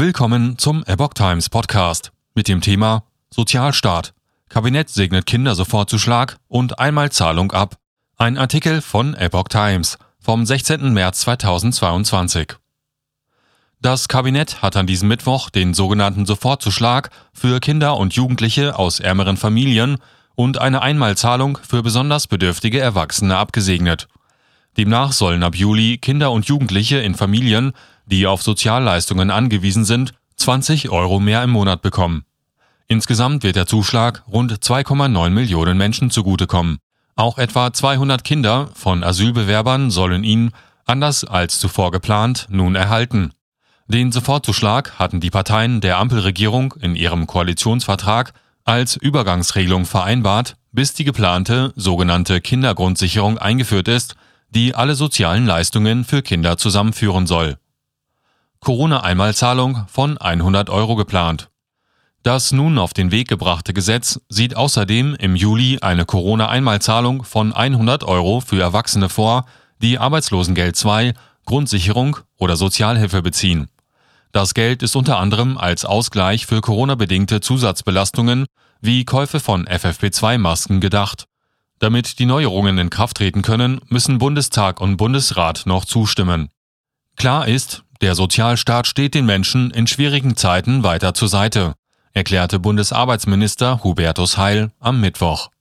Willkommen zum Epoch Times Podcast mit dem Thema Sozialstaat. Kabinett segnet Kindersofortzuschlag und Einmalzahlung ab. Ein Artikel von Epoch Times vom 16. März 2022. Das Kabinett hat an diesem Mittwoch den sogenannten Sofortzuschlag für Kinder und Jugendliche aus ärmeren Familien und eine Einmalzahlung für besonders bedürftige Erwachsene abgesegnet. Demnach sollen ab Juli Kinder und Jugendliche in Familien, die auf Sozialleistungen angewiesen sind, 20 € mehr im Monat bekommen. Insgesamt wird der Zuschlag rund 2,9 Millionen Menschen zugutekommen. Auch etwa 200 Kinder von Asylbewerbern sollen ihn, anders als zuvor geplant, nun erhalten. Den Sofortzuschlag hatten die Parteien der Ampelregierung in ihrem Koalitionsvertrag als Übergangsregelung vereinbart, bis die geplante sogenannte Kindergrundsicherung eingeführt ist, die alle sozialen Leistungen für Kinder zusammenführen soll. Corona-Einmalzahlung von 100 € geplant. Das nun auf den Weg gebrachte Gesetz sieht außerdem im Juli eine Corona-Einmalzahlung von 100 € für Erwachsene vor, die Arbeitslosengeld II, Grundsicherung oder Sozialhilfe beziehen. Das Geld ist unter anderem als Ausgleich für Corona-bedingte Zusatzbelastungen wie Käufe von FFP2-Masken gedacht. Damit die Neuerungen in Kraft treten können, müssen Bundestag und Bundesrat noch zustimmen. Klar ist, der Sozialstaat steht den Menschen in schwierigen Zeiten weiter zur Seite, erklärte Bundesarbeitsminister Hubertus Heil am Mittwoch.